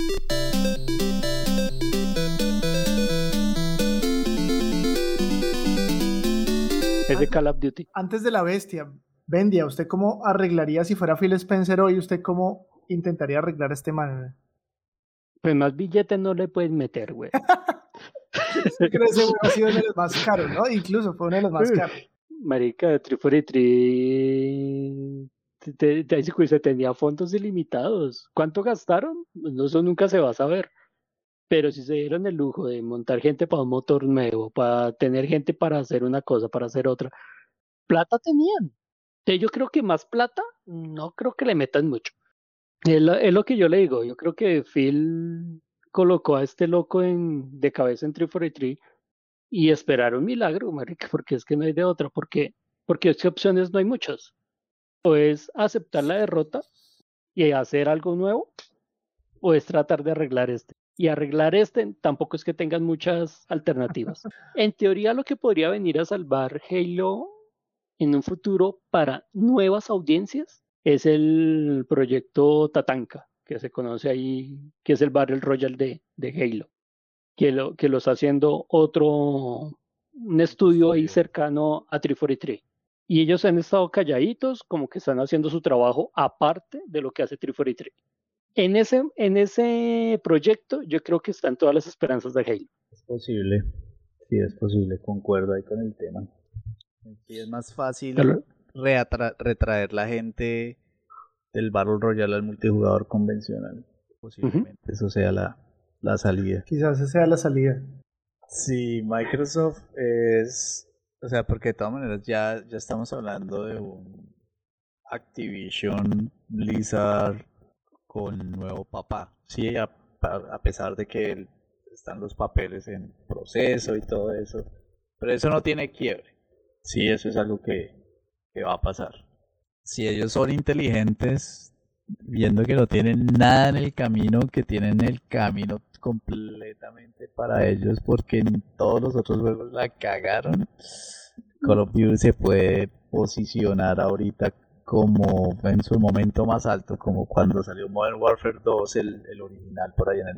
Es de Call of Duty.
Antes de la bestia, Bendia, ¿usted cómo arreglaría si fuera Phil Spencer hoy? ¿Usted cómo intentaría arreglar a este man?
Pues más billetes no le puedes meter, güey.
Creo que ese juego ha sido uno de los más caros, ¿no? Incluso fue uno de los más caros.
Marica, 343 se tenía fondos ilimitados. ¿Cuánto gastaron? No, eso nunca se va a saber. Pero si se dieron el lujo de montar gente para un motor nuevo, para tener gente para hacer una cosa, para hacer otra, plata tenían. Entonces yo creo que más plata, no creo que le metan mucho. Es lo que yo le digo. Yo creo que Phil colocó a este loco de cabeza en 343 y esperar un milagro, marica, porque es que no hay de otra, porque es que opciones no hay muchas. O es aceptar la derrota y hacer algo nuevo, o es tratar de arreglar este. Y arreglar este tampoco es que tengan muchas alternativas. En teoría, lo que podría venir a salvar Halo en un futuro para nuevas audiencias es el proyecto Tatanka, que se conoce ahí, que es el Battle Royale de Halo, que lo está haciendo un estudio ahí cercano a 343. Y ellos han estado calladitos, como que están haciendo su trabajo aparte de lo que hace 343. En ese proyecto yo creo que están todas las esperanzas de Halo.
Es posible, sí es posible, concuerdo ahí con el tema. Sí, es más fácil retraer la gente del Battle Royale al multijugador convencional. Posiblemente eso sea la salida.
Quizás esa sea la salida.
Sí, Microsoft es... O sea, porque de todas maneras ya estamos hablando de un Activision Blizzard con nuevo papá. Sí, a pesar de que están los papeles en proceso y todo eso. Pero eso no tiene quiebre. Sí, eso es algo que va a pasar. Si ellos son inteligentes, viendo que no tienen nada en el camino, que tienen el camino completamente para ellos, porque en todos los otros juegos la cagaron, Call of Duty se puede posicionar ahorita como en su momento más alto, como cuando salió Modern Warfare 2, el original, por ahí en el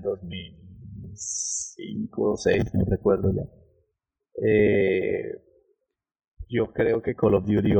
2005 o 2006, no recuerdo ya. Yo creo que Call of Duty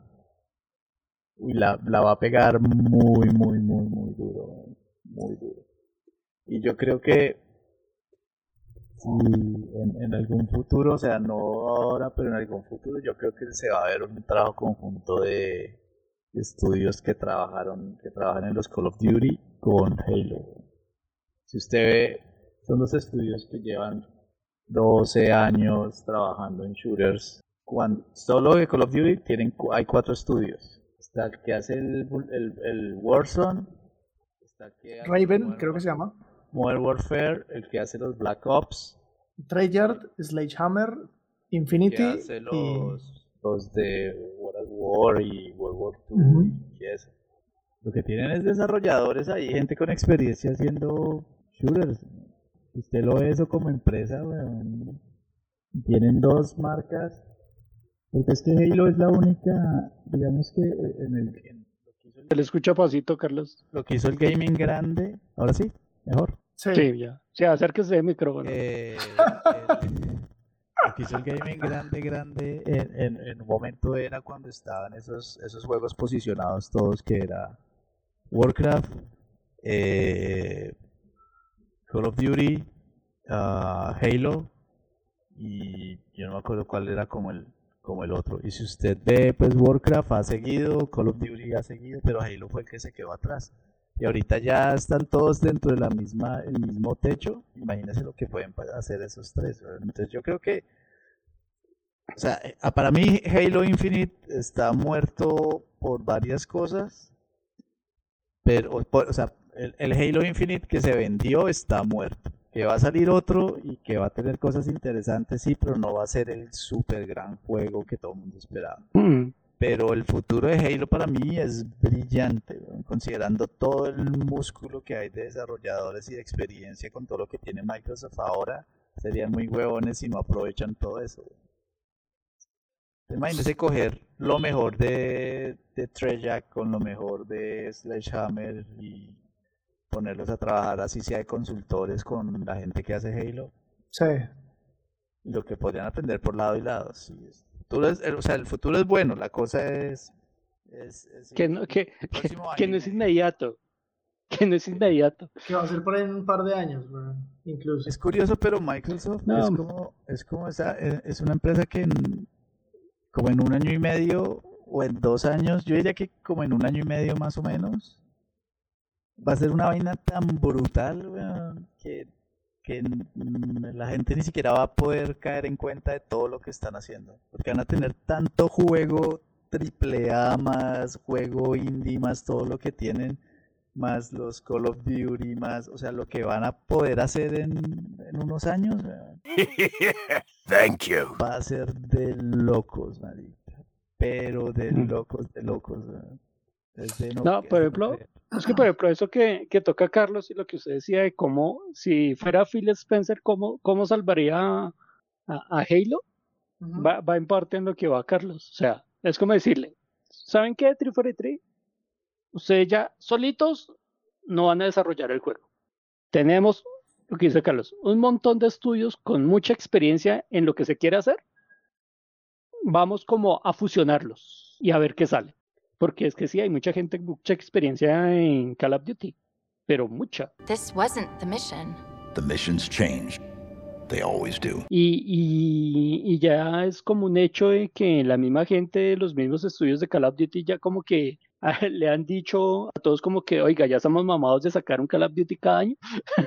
la va a pegar muy duro, muy duro. Y yo creo que si en algún futuro, o sea, no ahora, pero en algún futuro, yo creo que se va a ver un trabajo conjunto de estudios que trabajan en los Call of Duty con Halo. Si usted ve, son los estudios que llevan 12 años trabajando en shooters. Solo de Call of Duty hay 4 estudios. Está el que hace el Warzone, está el que hace
Raven, creo que se llama.
Modern Warfare, el que hace los Black Ops,
Treyarch, Sledgehammer, Infinity,
que hace los de World at War y World War II y eso. Lo que tienen es desarrolladores ahí, gente con experiencia haciendo shooters. Usted lo ve eso como empresa, weón. Tienen 2 marcas. Porque es que Halo es la única, digamos que
Se le escucha pasito, Carlos.
Lo que hizo el gaming grande, ahora sí, mejor.
Sí, ya. Sí, acérquese de micrófono.
Lo que hizo el gaming grande en un momento era cuando estaban esos juegos posicionados todos, que era Warcraft, Call of Duty, Halo, y yo no me acuerdo cuál era como el otro. Y si usted ve, pues Warcraft ha seguido, Call of Duty ha seguido, pero Halo fue el que se quedó atrás. Y ahorita ya están todos dentro de el mismo techo. Imagínense lo que pueden hacer esos 3. Entonces yo creo que, o sea, para mí Halo Infinite está muerto por varias cosas. Pero, o sea, el Halo Infinite que se vendió está muerto. Que va a salir otro y que va a tener cosas interesantes, sí, pero no va a ser el super gran juego que todo el mundo esperaba. Pero el futuro de Halo para mí es brillante, ¿no? Considerando todo el músculo que hay de desarrolladores y de experiencia con todo lo que tiene Microsoft ahora, serían muy huevones si no aprovechan todo eso. Imagínense coger lo mejor de Treyarch con lo mejor de Sledgehammer y ponerlos a trabajar así sea de consultores con la gente que hace Halo.
Sí.
Lo que podrían aprender por lado y lado. Sí, el futuro es bueno, la cosa es
que no es inmediato. Que no es inmediato.
Que va a ser por ahí en un par de años, bueno, incluso.
Es curioso, pero Microsoft es una empresa que como en 1 año y medio o en 2 años, yo diría que como en 1 año y medio más o menos, va a ser una vaina tan brutal, weón, que la gente ni siquiera va a poder caer en cuenta de todo lo que están haciendo. Porque van a tener tanto juego AAA más juego indie más todo lo que tienen.
más los Call of Duty, más, o sea, lo que van a poder hacer en unos años,
Thank you.
va a ser de locos, marica. Pero de locos, es de no
No, por
es de no
ejemplo,
creer.
es que por ejemplo eso que toca Carlos y lo que usted decía de cómo, si fuera Phil Spencer, cómo salvaría a Halo,
Ujú.
va en parte en lo que va Carlos. O sea, es como decirle, ¿saben qué? 343, ustedes ya solitos no van a desarrollar el juego. Tenemos, lo que dice Carlos, un montón de estudios con mucha experiencia en lo que se quiere hacer. Vamos como a fusionarlos y a ver qué sale. Porque es que sí, hay mucha gente, mucha experiencia en Call of Duty, pero mucha.
This wasn't the mission.
The missions change. They always do.
Y ya es como un hecho de que la misma gente de los mismos estudios de Call of Duty ya como que le han dicho a todos como que, oiga, ya estamos mamados de sacar un Call of Duty cada año,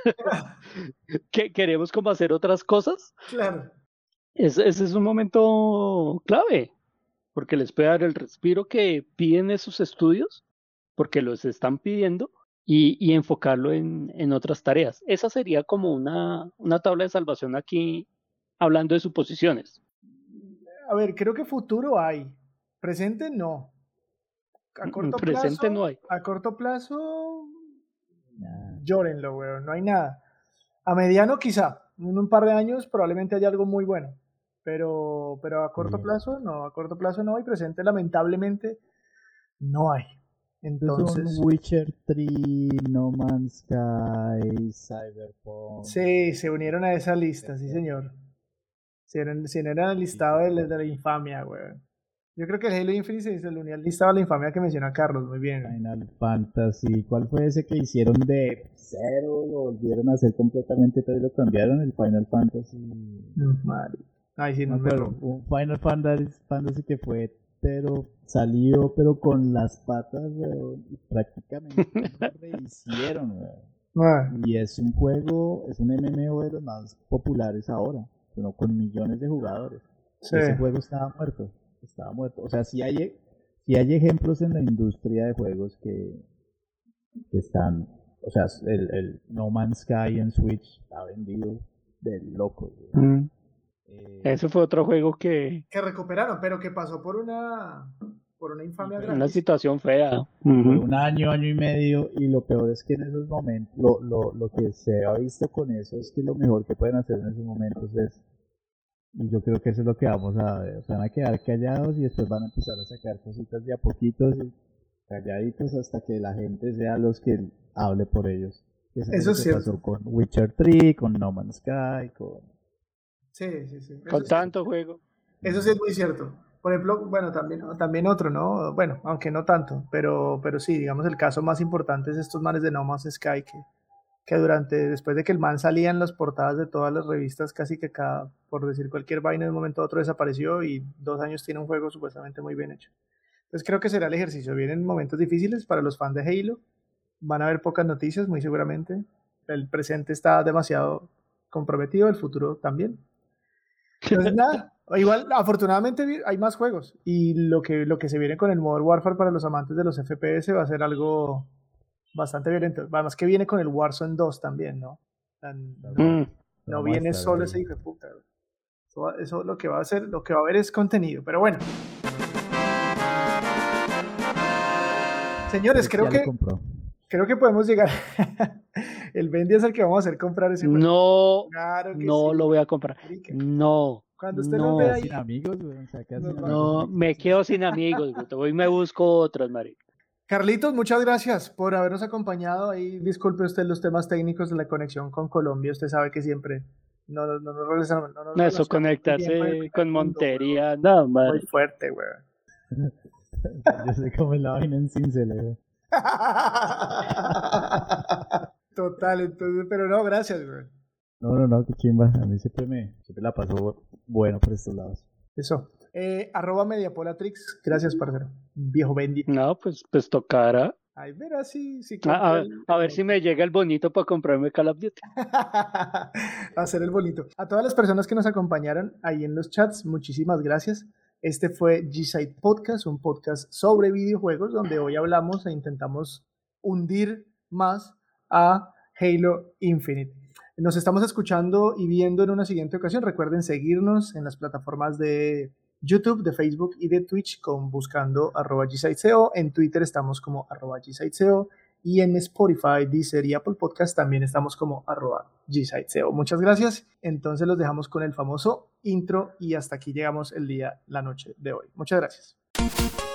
que queremos como hacer otras cosas.
Claro.
Ese es un momento clave, porque les puede dar el respiro que piden esos estudios, porque los están pidiendo, y enfocarlo en otras tareas. Esa sería como una tabla de salvación aquí, hablando de suposiciones.
A ver, creo que futuro hay. Presente no. A corto
Presente
plazo,
no hay.
A corto plazo,
Nah.
llórenlo, weón. No hay nada. A mediano quizá. En un par de años probablemente haya algo muy bueno. Pero a corto plazo no. A corto plazo no. Y presente lamentablemente no hay. Entonces,
Son Witcher 3, No Man's Sky, Cyberpunk.
sí, se unieron a esa lista, sí señor. Se unieron al listado de la infamia, weón. Yo creo que el Halo Infinite se le unió al listado de la infamia que menciona Carlos, muy bien.
Final Fantasy. ¿Cuál fue ese que hicieron de cero? Lo volvieron a hacer completamente todo y lo cambiaron. El Final Fantasy.
Madre. Ay, sí,
No
no
me
me
acuerdo. Un Final Fantasy que fue, pero salió, pero con las patas, weón, y prácticamente lo rehicieron, weón.
Ah,
Y es un juego, es un MMO de los más populares ahora, pero con millones de jugadores.
sí.
Ese juego estaba muerto. O sea, sí hay ejemplos en la industria de juegos que están, o sea, el No Man's Sky en Switch ha vendido de loco.
Ese fue otro juego que,
Que recuperaron, pero que pasó por una infamia
una
grande.
situación fea.
Fue
Ujú.
un año y medio, y lo peor es que en esos momentos, lo que se ha visto con eso es que lo mejor que pueden hacer en esos momentos es, y yo creo que eso es lo que vamos a ver, se van a quedar callados y después van a empezar a sacar cositas de a poquitos y calladitos hasta que la gente sea los que hable por ellos. Eso
Eso
es
es
lo que pasó con Witcher 3, con No Man's Sky, con...
Sí. Eso
Con
sí.
tanto juego.
Eso sí es muy cierto. Por ejemplo, bueno, también otro, ¿no? Bueno, aunque no tanto, pero sí, digamos, el caso más importante es estos manes de No Man's Sky que después de que el man salía en las portadas de todas las revistas, casi que por decir cualquier vaina, de un momento a otro desapareció y 2 años tiene un juego supuestamente muy bien hecho. Entonces creo que será el ejercicio. Vienen momentos difíciles para los fans de Halo, van a haber pocas noticias, muy seguramente. El presente está demasiado comprometido, el futuro también. Entonces nada, igual afortunadamente hay más juegos y lo que se viene con el Modern Warfare para los amantes de los FPS va a ser algo bastante violento. Además que viene con el Warzone 2 también, ¿no? No
Vamos a
viene
estar
solo
ahí.
ese hijo de puta. Eso lo que va a haber es contenido. Pero bueno. Señores,
Ya lo
creo que podemos llegar. El Bendy es el que vamos a hacer comprar ese juego.
No,
Claro que
no
sí,
lo voy a comprar.
marica.
No,
Cuando usted nos
no,
vea ahí,
Sin amigos, weón, o sea, casi
Nos
sin
va-
no,
amigos.
me quedo sin amigos, güey. Voy y me busco otros, marica.
Carlitos, muchas gracias por habernos acompañado. Ahí disculpe usted los temas técnicos de la conexión con Colombia. Usted sabe que siempre no nos relacionamos. No nos
No, eso,
relacionamos muy bien con el
conectarse
primer
con
mundo,
Montería, no,
weón. Muy
madre.
fuerte, weón.
Yo sé cómo es la vaina en Cincele, weón.
Total, entonces, pero no, gracias, weón.
No, qué chimba. A mí siempre la paso bueno por estos lados.
Eso. @mediapolatrix. Gracias, parcero. Viejo Bendy.
No, pues tocará.
Ay, verás si
A ver si me llega el bonito para comprarme Call of Duty.
hacer el bolito. A todas las personas que nos acompañaron ahí en los chats, muchísimas gracias. Este fue G-Side Podcast, un podcast sobre videojuegos donde hoy hablamos e intentamos hundir más a Halo Infinite. Nos estamos escuchando y viendo en una siguiente ocasión. Recuerden seguirnos en las plataformas de YouTube, de Facebook y de Twitch buscando @GSiteSeo. En Twitter estamos como @GSiteSeo y en Spotify, Deezer y Apple Podcast también estamos como @GSiteSeo. Muchas gracias. Entonces los dejamos con el famoso intro y hasta aquí llegamos la noche de hoy. Muchas gracias.